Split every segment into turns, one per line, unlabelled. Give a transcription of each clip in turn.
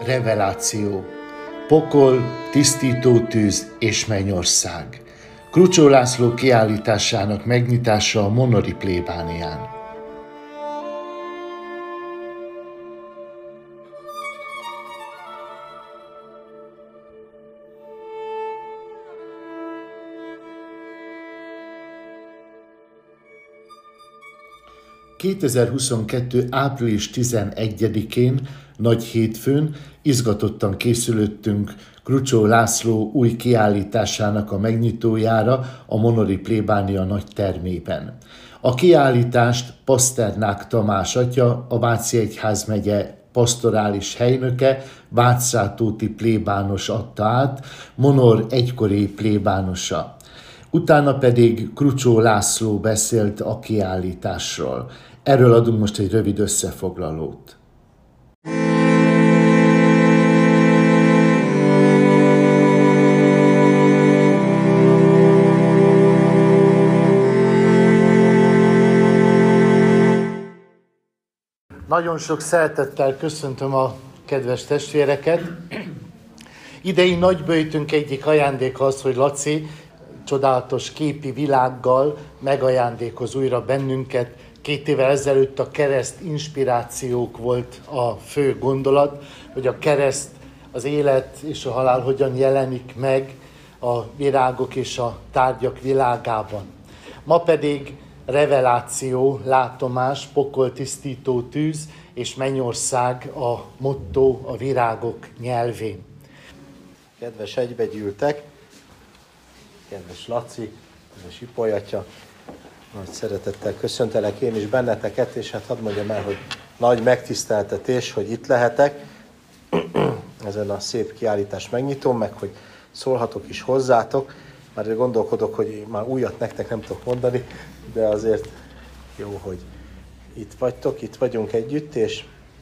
Reveláció. Pokol, tisztító tűz és mennyország. Krucsó László kiállításának megnyitása a monori plébánián. ...2022. április 11-én, nagy hétfőn izgatottan készülöttünk Krucsó László új kiállításának a megnyitójára a monori plébánia nagy termében. A kiállítást Paszternák Tamás atya, a Váci egyházmegye pastorális helynöke, Vácsátóti plébános adta át, Monor egykori plébánosa. Utána pedig Krucsó László beszélt a kiállításról. Erről adunk most egy rövid összefoglalót. Nagyon sok szeretettel köszöntöm a kedves testvéreket. Idei nagyböjtünk egyik ajándéka az, hogy Laci csodálatos képi világgal megajándékoz újra bennünket. 2 évvel ezelőtt a kereszt inspirációk volt a fő gondolat, hogy a kereszt, az élet és a halál hogyan jelenik meg a virágok és a tárgyak világában. Ma pedig reveláció, látomás, pokol, tisztító tűz és mennyország a motto a virágok nyelvén.
Kedves egybegyűltek, kedves Laci, kedves Ipolyatya, nagy szeretettel köszöntelek én is benneteket, és hát hadd mondjam el, hogy nagy megtiszteltetés, hogy itt lehetek ezen a szép kiállítás megnyitón, meg hogy szólhatok is hozzátok. Már gondolkodok, hogy már újat nektek nem tudok mondani, de azért jó, hogy itt vagytok, itt vagyunk együtt, és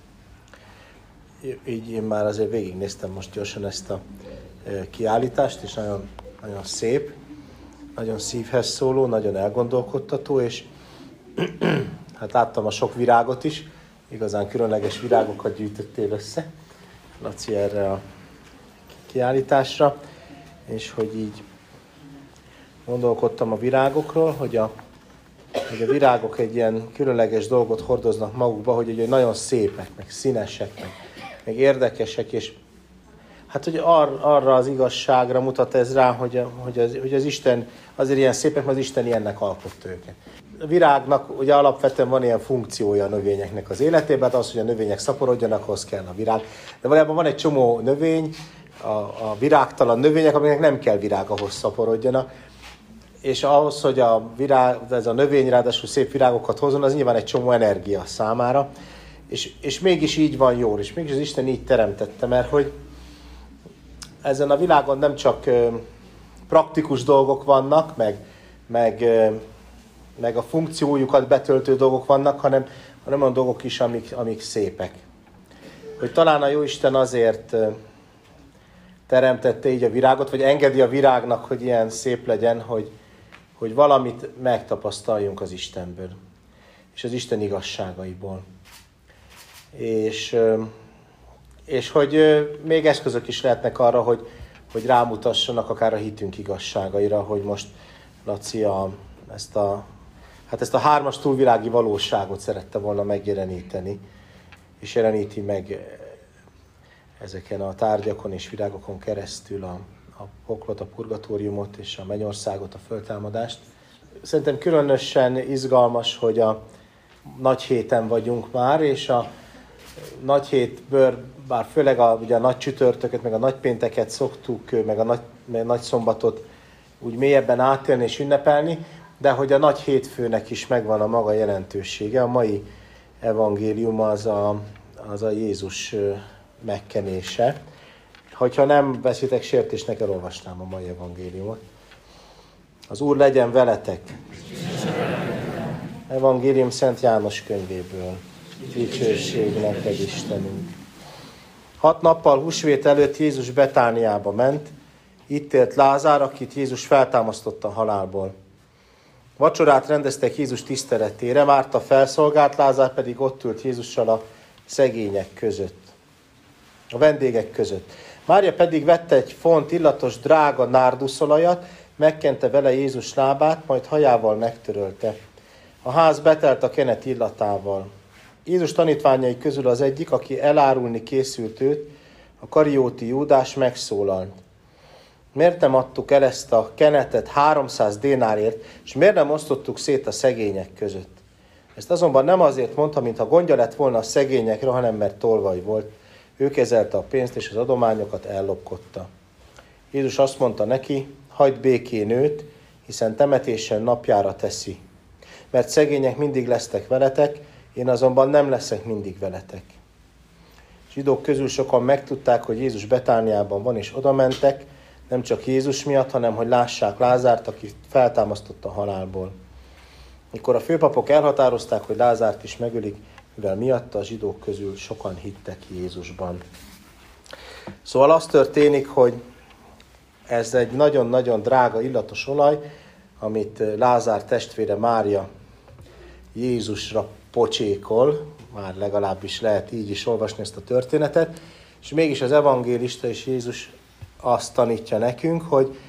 így én már azért végignéztem most gyorsan ezt a kiállítást, és nagyon, nagyon szép, nagyon szívhez szóló, nagyon elgondolkodtató, és hát láttam a sok virágot is, igazán különleges virágokat gyűjtöttél össze, Laci, erre a kiállításra, és hogy így gondolkodtam a virágokról, hogy a virágok egy ilyen különleges dolgot hordoznak magukba, hogy nagyon szépek, meg színesek, meg érdekesek, és hát, hogy arra az igazságra mutat ez rá, hogy az Isten azért ilyen szépek, mert az Isten ilyennek alkotta őket. A virágnak ugye alapvetően van ilyen funkciója a növényeknek az életében, hát az, hogy a növények szaporodjanak, ahhoz kell a virág. De valójában van egy csomó növény, a virágtalan növények, amiknek nem kell virág, ahhoz szaporodjanak. És ahhoz, hogy ez a növény ráadásul szép virágokat hozzon, az nyilván egy csomó energia számára. És mégis így van jól, és mégis az Isten így teremtette, mert hogy ezen a világon nem csak praktikus dolgok vannak, meg a funkciójukat betöltő dolgok vannak, hanem olyan dolgok is, amik szépek. Hogy talán a Jóisten azért teremtette így a virágot, vagy engedi a virágnak, hogy ilyen szép legyen, hogy valamit megtapasztaljunk az Istenből, és az Isten igazságaiból. És hogy még eszközök is lehetnek arra, hogy rámutassanak akár a hitünk igazságaira, hogy most Laci ezt a 3-as túlvilági valóságot szerette volna megjeleníteni, és jeleníti meg ezeken a tárgyakon és virágokon keresztül a poklot, a purgatóriumot és a mennyországot, a föltámadást. Szerintem különösen izgalmas, hogy a nagy héten vagyunk már, és a nagy hétből, bár főleg ugye a nagy csütörtöket, meg a nagy pénteket szoktuk, meg a nagy szombatot úgy mélyebben átélni és ünnepelni, de hogy a nagy hétfőnek is megvan a maga jelentősége. A mai evangélium az a Jézus megkenése. Hogyha nem veszitek sértésnek, elolvasnám a mai evangéliumot. Az Úr legyen veletek! Evangélium Szent János könyvéből. Dicsőség neked, Istenünk! 6 nappal húsvét előtt Jézus Betániába ment, itt élt Lázár, akit Jézus feltámasztott a halálból. Vacsorát rendeztek Jézus tiszteletére, Márta felszolgált, Lázár pedig ott ült Jézussal a szegények között. a vendégek között. Mária pedig vette egy font illatos, drága nárduszolajat, megkente vele Jézus lábát, majd hajával megtörölte. A ház betelt a kenet illatával. Jézus tanítványai közül az egyik, aki elárulni készült őt, a karióti Júdás megszólalt. Miért nem adtuk el ezt a kenetet 300 dénárért, és miért nem osztottuk szét a szegények között? Ezt azonban nem azért mondta, mintha gondja lett volna a szegényekre, hanem mert tolvaj volt. Ő kezelte a pénzt, és az adományokat ellopkodta. Jézus azt mondta neki, hagyd békén őt, hiszen temetésen napjára teszi. Mert szegények mindig lesztek veletek, én azonban nem leszek mindig veletek. Zsidók közül sokan megtudták, hogy Jézus Betániában van, és odamentek, nem csak Jézus miatt, hanem hogy lássák Lázárt, aki feltámasztotta a halálból. Mikor a főpapok elhatározták, hogy Lázárt is megölik, mivel miatta a zsidók közül sokan hittek Jézusban. Szóval az történik, hogy ez egy nagyon-nagyon drága illatos olaj, amit Lázár testvére Mária Jézusra pocsékol, már legalábbis lehet így is olvasni ezt a történetet, és mégis az evangélista és Jézus azt tanítja nekünk,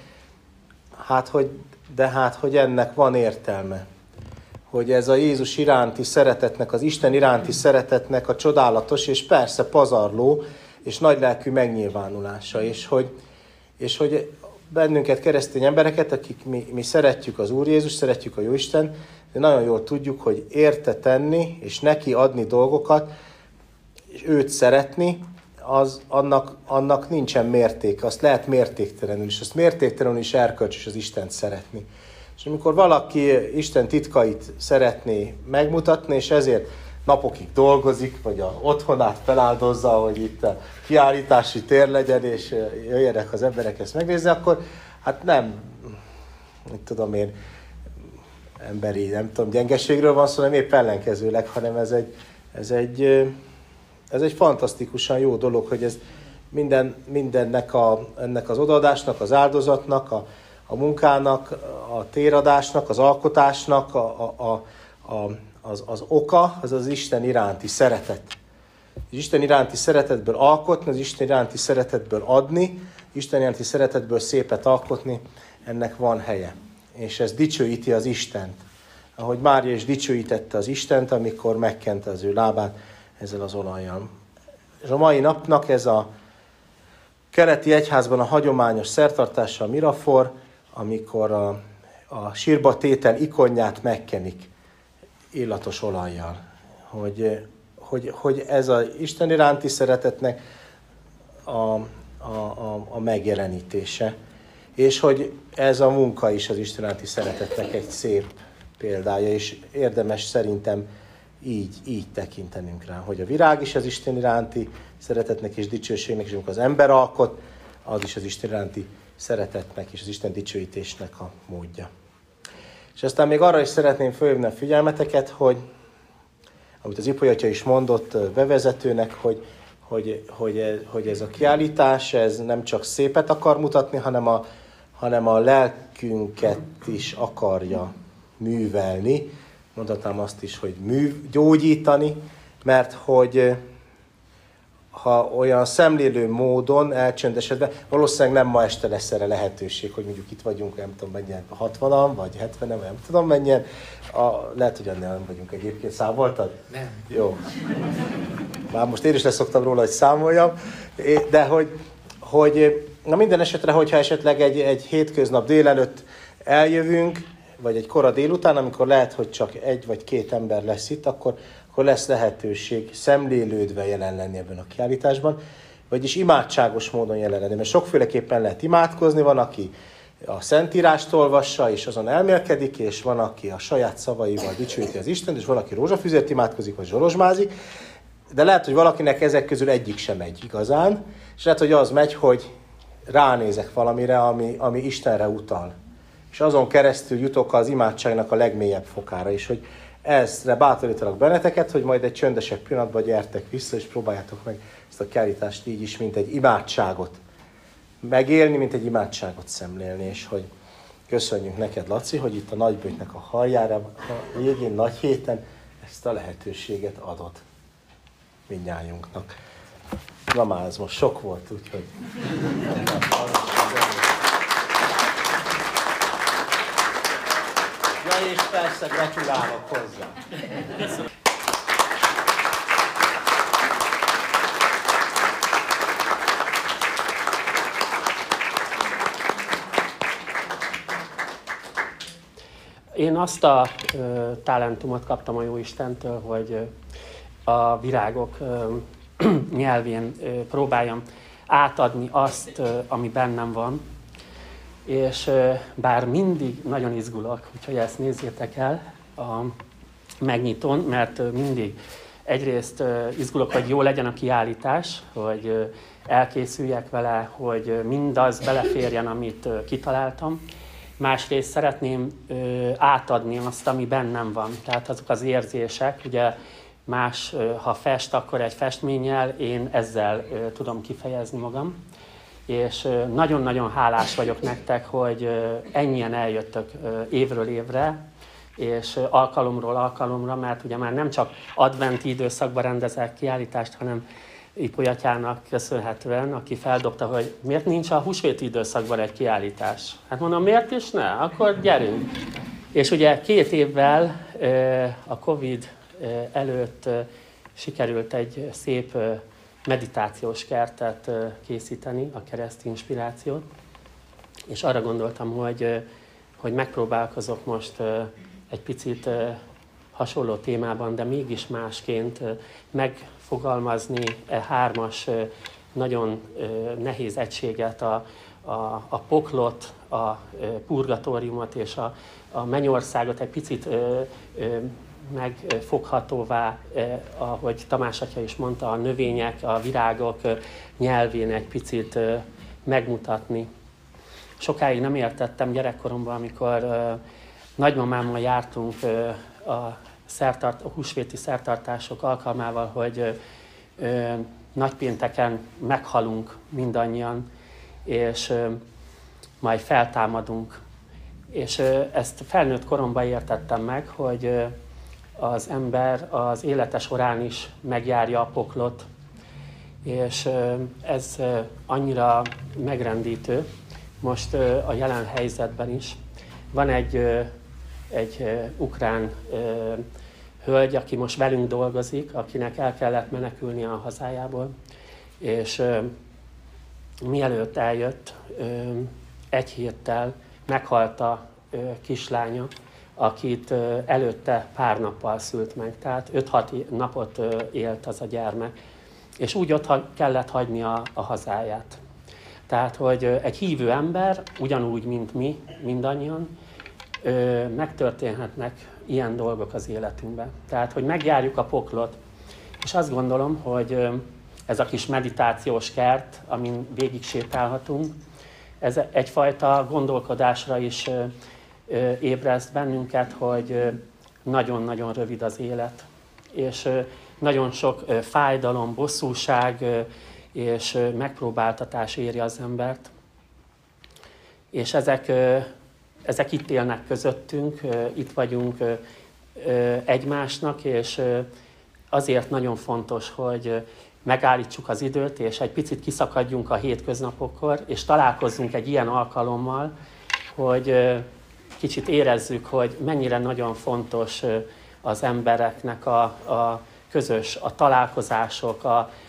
hogy ennek van értelme. Hogy ez a Jézus iránti szeretetnek, az Isten iránti szeretetnek a csodálatos és persze pazarló és nagylelkű megnyilvánulása. És hogy bennünket, keresztény embereket, akik mi szeretjük az Úr Jézus, szeretjük a Jóisten, de nagyon jól tudjuk, hogy érte tenni és neki adni dolgokat, és őt szeretni, annak nincsen mérték, azt lehet mértéktelenül is, azt mértéktelenül is erkölcsös az Istent szeretni. És amikor valaki Isten titkait szeretné megmutatni, és ezért napokig dolgozik, vagy a otthonát feláldozza, hogy itt a kiállítási tér legyen, és jöjjenek az emberek ezt megnézni, akkor hát nem, mit tudom én, emberi, nem tudom, gyengeségről van szó, hanem épp ellenkezőleg, hanem ez egy fantasztikusan jó dolog, hogy ez mindennek ennek az odaadásnak, az áldozatnak, a munkának, a téradásnak, az alkotásnak az oka, az az Isten iránti szeretet. Az Isten iránti szeretetből alkotni, az Isten iránti szeretetből adni, Isten iránti szeretetből szépet alkotni, ennek van helye. És ez dicsőíti az Istent. Ahogy Mária is dicsőítette az Istent, amikor megkente az ő lábát ezzel az olajjal. És a mai napnak ez a keleti egyházban a hagyományos szertartása, a mirafor, amikor a sírba tétel ikonját megkenik illatos olajjal. Hogy ez az Isten iránti szeretetnek a megjelenítése. És hogy ez a munka is az Isten iránti szeretetnek egy szép példája, és érdemes szerintem így tekintenünk rá, hogy a virág is az Isten iránti szeretetnek és dicsőségnek, és amikor az ember alkot, az is az Isten iránti szeretetnek és az Isten dicsőítésnek a módja. És aztán még arra is szeretném fölhívni a figyelmeteket, hogy amit az Ippoly atya is mondott bevezetőnek, hogy ez a kiállítás, ez nem csak szépet akar mutatni, hanem a lelkünket is akarja művelni. Mondhatnám azt is, hogy gyógyítani, mert hogy ha olyan szemlélő módon elcsöndesedve, valószínűleg nem ma este lesz erre lehetőség, hogy mondjuk itt vagyunk, nem tudom mennyien, 60-an, vagy 70-en, nem tudom mennyien. Lehet, hogy annál nem vagyunk egyébként. Számoltad?
Nem.
Jó. Már most én is leszoktam róla, hogy számoljam. De hogy na minden esetre, hogyha esetleg egy hétköznap délelőtt eljövünk, vagy egy kora délután, amikor lehet, hogy csak egy vagy két ember lesz itt, akkor lesz lehetőség szemlélődve jelen lenni ebben a kiállításban, vagyis imádságos módon jelen lenni. Mert sokféleképpen lehet imádkozni, van, aki a Szentírást olvassa, és azon elmélkedik, és van, aki a saját szavaival dicsőíti az Istent, és valaki rózsafüzért imádkozik, vagy zsorozsmázik, de lehet, hogy valakinek ezek közül egyik sem megy igazán, és lehet, hogy az megy, hogy ránézek valamire, ami Istenre utal. És azon keresztül jutok az imádságnak a legmélyebb fokára is, hogy ezre bátorítalak benneteket, hogy majd egy csöndesebb pillanatban gyertek vissza, és próbáljátok meg ezt a kiállítást így is, mint egy imádságot megélni, mint egy imádságot szemlélni, és hogy köszönjük neked, Laci, hogy itt a nagybőjtnek a hajjára, a végén, nagy héten ezt a lehetőséget adod mindnyájunknak. Na már ez most sok volt, úgyhogy... Ja, és persze gratulálok hozzá.
Én azt a talentumot kaptam a Jóistentől, hogy a virágok nyelvén próbáljam átadni azt, ami bennem van, és bár mindig nagyon izgulok, úgyhogy ezt nézzétek el a megnyitón, mert mindig egyrészt izgulok, hogy jó legyen a kiállítás, hogy elkészüljek vele, hogy mindaz beleférjen, amit kitaláltam. Másrészt szeretném átadni azt, ami bennem van, tehát azok az érzések, ugye más, ha fest, akkor egy festménnyel, én ezzel tudom kifejezni magam. És nagyon-nagyon hálás vagyok nektek, hogy ennyien eljöttök évről évre, és alkalomról alkalomra, mert ugye már nem csak adventi időszakban rendezek kiállítást, hanem Ipolyátyának köszönhetően, aki feldobta, hogy miért nincs a húsvéti időszakban egy kiállítás. Hát mondom, miért is ne? Akkor gyerünk! És ugye 2 évvel a Covid előtt sikerült egy szép meditációs kertet készíteni, a kereszt inspirációt, és arra gondoltam, hogy megpróbálkozok most egy picit hasonló témában, de mégis másként megfogalmazni 3 nagyon nehéz egységet, a poklot, a purgatóriumot és a mennyországot egy picit megfoghatóvá, ahogy Tamás atya is mondta, a növények, a virágok nyelvén egy picit megmutatni. Sokáig nem értettem gyerekkoromban, amikor nagymamámmal jártunk a húsvéti szertartások alkalmával, hogy nagypénteken meghalunk mindannyian, és majd feltámadunk. És ezt felnőtt koromban értettem meg, hogy az ember az élete során is megjárja a poklot, és ez annyira megrendítő most a jelen helyzetben is. Van egy ukrán hölgy, aki most velünk dolgozik, akinek el kellett menekülnie a hazájából, és mielőtt eljött, 1 héttel meghalt a kislánya, akit előtte pár nappal szült meg, tehát 5-6 napot élt az a gyermek, és úgy ott kellett hagyni a hazáját. Tehát, hogy egy hívő ember, ugyanúgy, mint mi, mindannyian, megtörténhetnek ilyen dolgok az életünkben. Tehát, hogy megjárjuk a poklot, és azt gondolom, hogy ez a kis meditációs kert, amin végig sétálhatunk, ez egyfajta gondolkodásra is ébreszt bennünket, hogy nagyon-nagyon rövid az élet, és nagyon sok fájdalom, bosszúság és megpróbáltatás éri az embert. És ezek itt élnek közöttünk, itt vagyunk egymásnak, és azért nagyon fontos, hogy megállítsuk az időt, és egy picit kiszakadjunk a hétköznapokkor, és találkozzunk egy ilyen alkalommal, hogy kicsit érezzük, hogy mennyire nagyon fontos az embereknek a közös, a találkozások,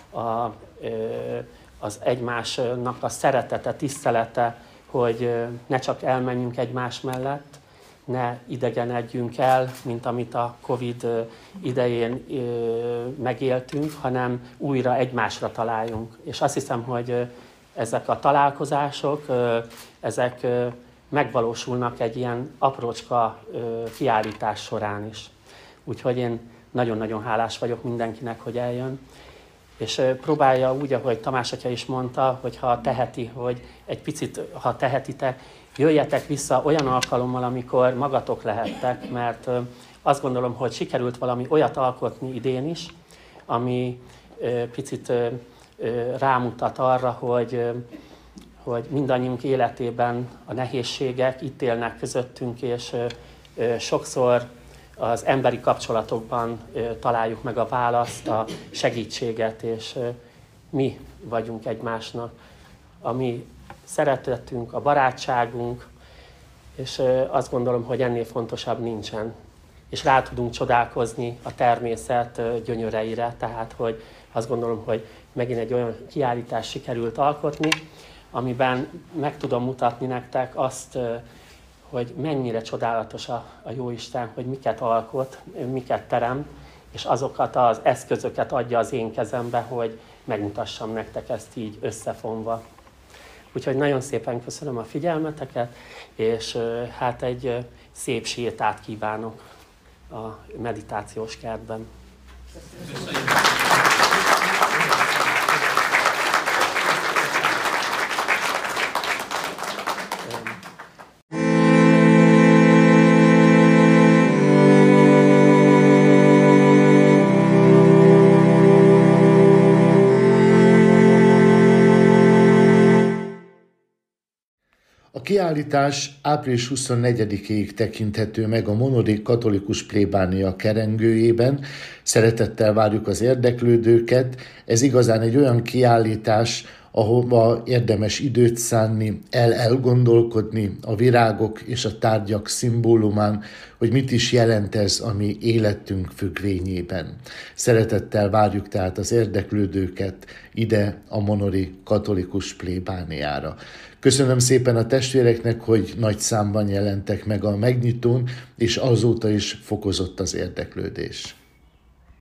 az egymásnak a szeretete, tisztelete, hogy ne csak elmenjünk egymás mellett, ne idegenedjünk el, mint amit a Covid idején megéltünk, hanem újra egymásra találjunk. És azt hiszem, hogy ezek a találkozások, ezek megvalósulnak egy ilyen aprócska kiállítás során is. Úgyhogy én nagyon-nagyon hálás vagyok mindenkinek, hogy eljön. És próbálja úgy, ahogy Tamás atya is mondta, hogy ha teheti, hogy egy picit, ha tehetitek, jöjjetek vissza olyan alkalommal, amikor magatok lehettek, mert azt gondolom, hogy sikerült valami olyat alkotni idén is, ami picit rámutat arra, hogy mindannyiunk életében a nehézségek itt élnek közöttünk, és sokszor az emberi kapcsolatokban találjuk meg a választ, a segítséget, és mi vagyunk egymásnak, a mi szeretetünk, a barátságunk, és azt gondolom, hogy ennél fontosabb nincsen. És rá tudunk csodálkozni a természet gyönyöreire, tehát hogy azt gondolom, hogy megint egy olyan kiállítás sikerült alkotni, amiben meg tudom mutatni nektek azt, hogy mennyire csodálatos a Jóisten, hogy miket alkot, miket terem, és azokat az eszközöket adja az én kezembe, hogy megmutassam nektek ezt így összefonva. Úgyhogy nagyon szépen köszönöm a figyelmeteket, és hát egy szép sétát kívánok a meditációs kertben. Köszönjük.
A kiállítás április 24-ig tekinthető meg a Monori Katolikus Plébánia kerengőjében. Szeretettel várjuk az érdeklődőket. Ez igazán egy olyan kiállítás, ahova érdemes időt szánni, elgondolkodni a virágok és a tárgyak szimbólumán, hogy mit is jelent ez a mi életünk függvényében. Szeretettel várjuk tehát az érdeklődőket ide a Monori Katolikus Plébániára. Köszönöm szépen a testvéreknek, hogy nagy számban jelentek meg a megnyitón, és azóta is fokozott az érdeklődés.